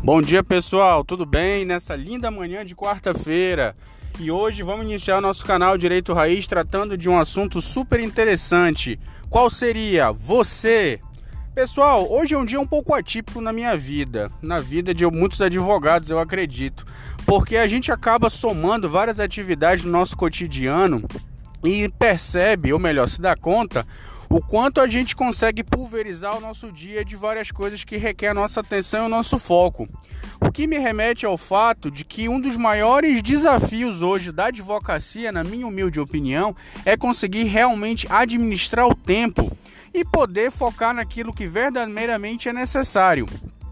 Bom dia, pessoal, tudo bem? Nessa linda manhã de quarta-feira. E hoje vamos iniciar o nosso canal Direito Raiz tratando de um assunto super interessante. Qual seria? Você! Pessoal, hoje é um dia um pouco atípico na minha vida, na vida de muitos advogados, eu acredito, porque a gente acaba somando várias atividades no nosso cotidiano e percebe, ou melhor, se dá conta, o quanto a gente consegue pulverizar o nosso dia de várias coisas que requer a nossa atenção e o nosso foco. O que me remete ao fato de que um dos maiores desafios hoje da advocacia, na minha humilde opinião, é conseguir realmente administrar o tempo e poder focar naquilo que verdadeiramente é necessário.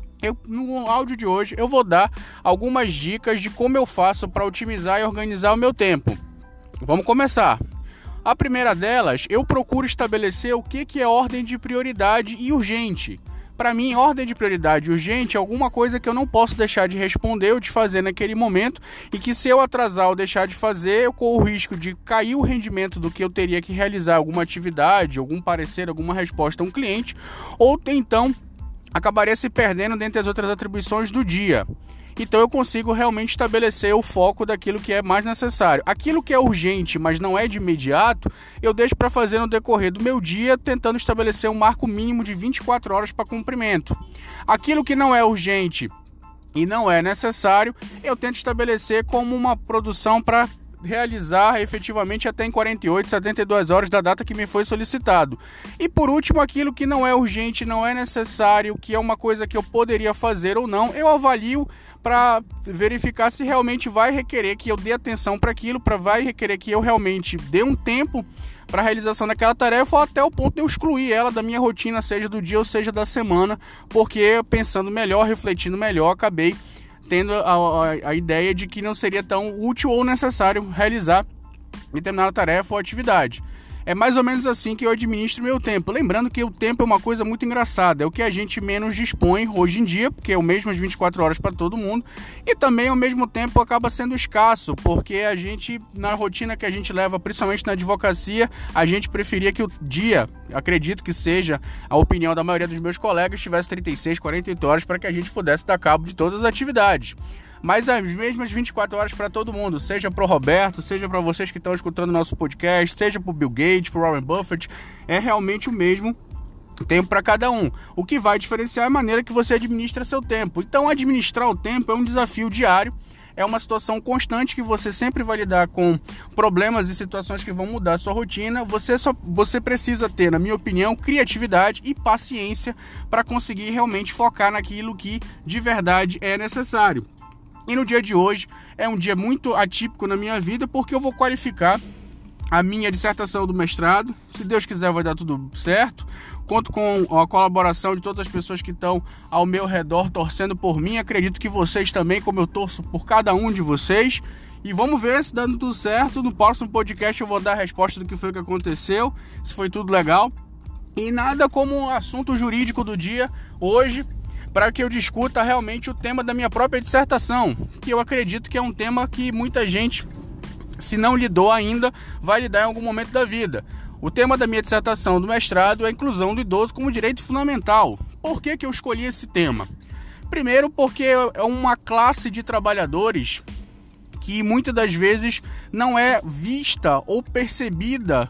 No áudio de hoje eu vou dar algumas dicas de como eu faço para otimizar e organizar o meu tempo. Vamos começar. A primeira delas, eu procuro estabelecer o que é ordem de prioridade e urgente. Para mim, ordem de prioridade e urgente é alguma coisa que eu não posso deixar de responder ou de fazer naquele momento e que se eu atrasar ou deixar de fazer, eu corro o risco de cair o rendimento do que eu teria que realizar alguma atividade, algum parecer, alguma resposta a um cliente, ou então acabaria se perdendo dentre as outras atribuições do dia. Então eu consigo realmente estabelecer o foco daquilo que é mais necessário. Aquilo que é urgente, mas não é de imediato, eu deixo para fazer no decorrer do meu dia, tentando estabelecer um marco mínimo de 24 horas para cumprimento. Aquilo que não é urgente e não é necessário, eu tento estabelecer como uma produção para realizar efetivamente até em 48, 72 horas da data que me foi solicitado. E por último, aquilo que não é urgente, não é necessário, que é uma coisa que eu poderia fazer ou não, eu avalio para verificar se realmente vai requerer que eu dê atenção para aquilo, vai requerer que eu realmente dê um tempo para a realização daquela tarefa, ou até o ponto de eu excluir ela da minha rotina, seja do dia ou seja da semana, porque pensando melhor, refletindo melhor, acabei tendo a ideia de que não seria tão útil ou necessário realizar determinada tarefa ou atividade. É mais ou menos assim que eu administro meu tempo. Lembrando que o tempo é uma coisa muito engraçada, é o que a gente menos dispõe hoje em dia, porque é o mesmo as 24 horas para todo mundo, e também ao mesmo tempo acaba sendo escasso, porque a gente, na rotina que a gente leva, principalmente na advocacia, a gente preferia que o dia, acredito que seja a opinião da maioria dos meus colegas, tivesse 36, 48 horas para que a gente pudesse dar cabo de todas as atividades. Mas as mesmas 24 horas para todo mundo, seja para o Roberto, seja para vocês que estão escutando nosso podcast, seja para o Bill Gates, para o Warren Buffett, é realmente o mesmo tempo para cada um. O que vai diferenciar é a maneira que você administra seu tempo. Então, administrar o tempo é um desafio diário, é uma situação constante que você sempre vai lidar com problemas e situações que vão mudar a sua rotina. Você precisa ter, na minha opinião, criatividade e paciência para conseguir realmente focar naquilo que de verdade é necessário. E no dia de hoje é um dia muito atípico na minha vida, porque eu vou qualificar a minha dissertação do mestrado. Se Deus quiser, vai dar tudo certo. Conto com a colaboração de todas as pessoas que estão ao meu redor torcendo por mim. Acredito que vocês também, como eu torço por cada um de vocês. E vamos ver se dando tudo certo. No próximo podcast eu vou dar a resposta do que foi que aconteceu, se foi tudo legal. E nada como o assunto jurídico do dia hoje, para que eu discuta realmente o tema da minha própria dissertação, que eu acredito que é um tema que muita gente, se não lidou ainda, vai lidar em algum momento da vida. O tema da minha dissertação do mestrado é a inclusão do idoso como direito fundamental. Por que eu escolhi esse tema? Primeiro, porque é uma classe de trabalhadores que muitas das vezes não é vista ou percebida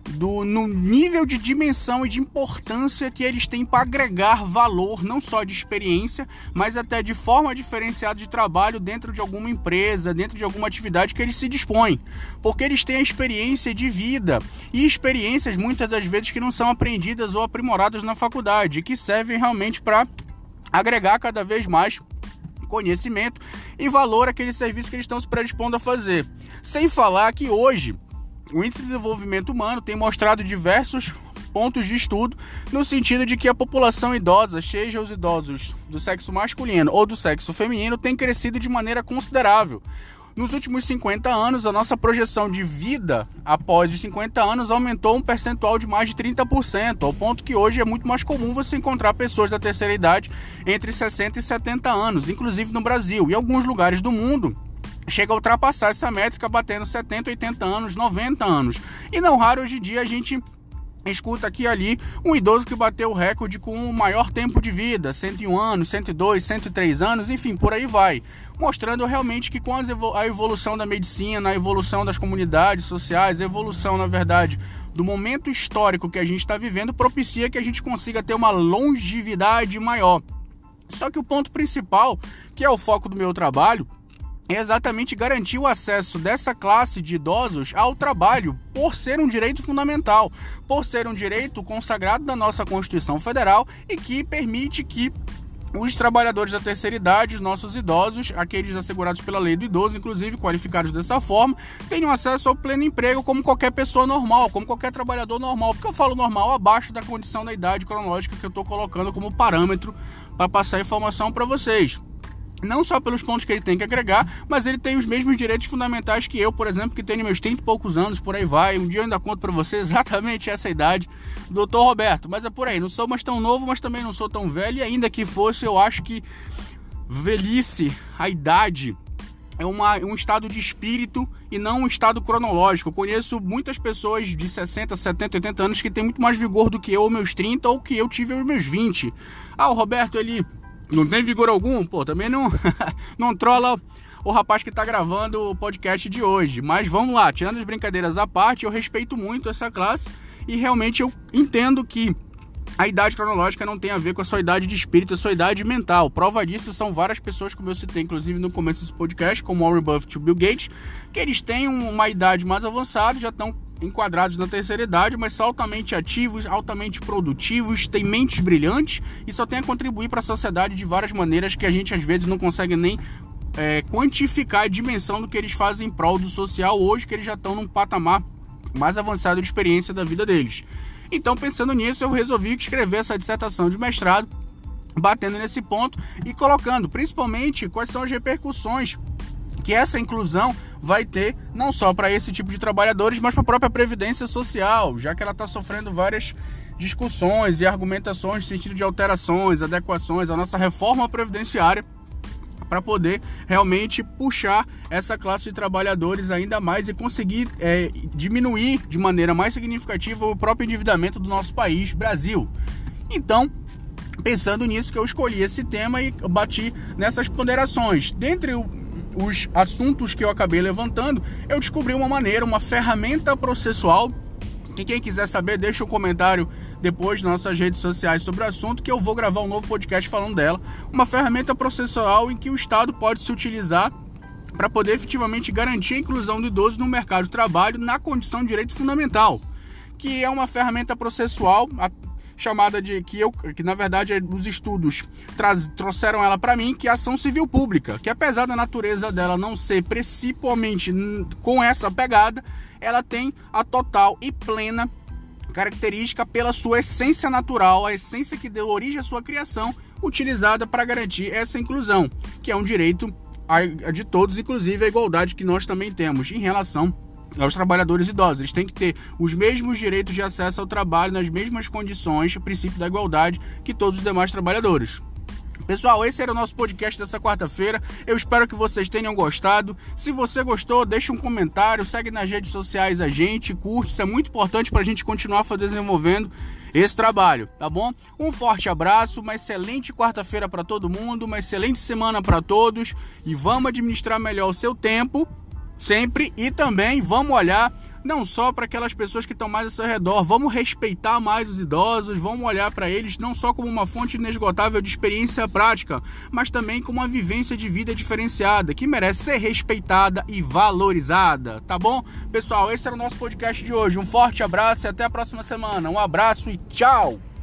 no nível de dimensão e de importância que eles têm para agregar valor, não só de experiência, mas até de forma diferenciada de trabalho dentro de alguma empresa, dentro de alguma atividade que eles se dispõem, porque eles têm a experiência de vida e experiências muitas das vezes que não são aprendidas ou aprimoradas na faculdade, que servem realmente para agregar cada vez mais conhecimento e valor àquele serviço que eles estão se predispondo a fazer. Sem falar que hoje o Índice de Desenvolvimento Humano tem mostrado diversos pontos de estudo no sentido de que a população idosa, seja os idosos do sexo masculino ou do sexo feminino, tem crescido de maneira considerável. Nos últimos 50 anos, a nossa projeção de vida após os 50 anos aumentou um percentual de mais de 30%, ao ponto que hoje é muito mais comum você encontrar pessoas da terceira idade entre 60 e 70 anos, inclusive no Brasil. Em alguns lugares do mundo, chega a ultrapassar essa métrica, batendo 70, 80 anos, 90 anos. E não raro hoje em dia a gente escuta aqui e ali um idoso que bateu o recorde com o maior tempo de vida, 101 anos, 102, 103 anos, enfim, por aí vai. Mostrando realmente que com a evolução da medicina, a evolução das comunidades sociais, a evolução, na verdade, do momento histórico que a gente está vivendo, propicia que a gente consiga ter uma longevidade maior. Só que o ponto principal, que é o foco do meu trabalho, é exatamente garantir o acesso dessa classe de idosos ao trabalho, por ser um direito fundamental, por ser um direito consagrado da nossa Constituição Federal e que permite que os trabalhadores da terceira idade, os nossos idosos, aqueles assegurados pela lei do idoso, inclusive qualificados dessa forma, tenham acesso ao pleno emprego como qualquer pessoa normal, como qualquer trabalhador normal. Porque eu falo normal abaixo da condição da idade cronológica que eu estou colocando como parâmetro para passar informação para vocês. Não só pelos pontos que ele tem que agregar, mas ele tem os mesmos direitos fundamentais que eu, por exemplo, que tenho meus 30 e poucos anos, por aí vai. Um dia eu ainda conto para você exatamente essa idade do Dr. Roberto, mas é por aí. Não sou mais tão novo, mas também não sou tão velho, e ainda que fosse, eu acho que velhice, a idade, é um estado de espírito e não um estado cronológico. Eu conheço muitas pessoas de 60, 70, 80 anos que têm muito mais vigor do que eu aos meus 30 ou que eu tive aos meus 20. Ah, o Roberto, ele não tem vigor algum? Pô, também não, não trola o rapaz que tá gravando o podcast de hoje. Mas vamos lá, tirando as brincadeiras à parte, eu respeito muito essa classe e realmente eu entendo que a idade cronológica não tem a ver com a sua idade de espírito, a sua idade mental. Prova disso são várias pessoas, como eu citei, inclusive no começo desse podcast, como Warren Buffett e Bill Gates, que eles têm uma idade mais avançada, já estão enquadrados na terceira idade, mas são altamente ativos, altamente produtivos, têm mentes brilhantes e só tem a contribuir para a sociedade de várias maneiras que a gente às vezes não consegue nem quantificar a dimensão do que eles fazem em prol do social hoje, que eles já estão num patamar mais avançado de experiência da vida deles. Então, pensando nisso, eu resolvi escrever essa dissertação de mestrado, batendo nesse ponto e colocando principalmente quais são as repercussões que essa inclusão vai ter, não só para esse tipo de trabalhadores, mas para a própria Previdência Social, já que ela está sofrendo várias discussões e argumentações no sentido de alterações, adequações à nossa reforma previdenciária, para poder realmente puxar essa classe de trabalhadores ainda mais e conseguir diminuir de maneira mais significativa o próprio endividamento do nosso país, Brasil. Então, pensando nisso que eu escolhi esse tema e bati nessas ponderações. Dentre os assuntos que eu acabei levantando, eu descobri uma maneira, uma ferramenta processual, que quem quiser saber, deixa um comentário depois nas nossas redes sociais sobre o assunto, que eu vou gravar um novo podcast falando dela. Uma ferramenta processual em que o Estado pode se utilizar para poder efetivamente garantir a inclusão do idoso no mercado de trabalho na condição de direito fundamental, que é uma ferramenta processual chamada de, que na verdade os estudos trouxeram ela para mim, que é a ação civil pública, que apesar da natureza dela não ser principalmente com essa pegada, ela tem a total e plena característica pela sua essência natural, a essência que deu origem à sua criação, utilizada para garantir essa inclusão, que é um direito de todos, inclusive a igualdade que nós também temos em relação aos trabalhadores idosos. Eles têm que ter os mesmos direitos de acesso ao trabalho nas mesmas condições, o princípio da igualdade, que todos os demais trabalhadores. Pessoal, esse era o nosso podcast dessa quarta-feira. Eu espero que vocês tenham gostado. Se você gostou, deixa um comentário, segue nas redes sociais a gente, curte. Isso é muito importante para a gente continuar desenvolvendo esse trabalho, tá bom? Um forte abraço, uma excelente quarta-feira para todo mundo, uma excelente semana para todos e vamos administrar melhor o seu tempo sempre, e também vamos olhar não só para aquelas pessoas que estão mais ao seu redor, vamos respeitar mais os idosos, vamos olhar para eles não só como uma fonte inesgotável de experiência prática, mas também como uma vivência de vida diferenciada, que merece ser respeitada e valorizada, tá bom? Pessoal, esse era o nosso podcast de hoje. Um forte abraço e até a próxima semana. Um abraço e tchau!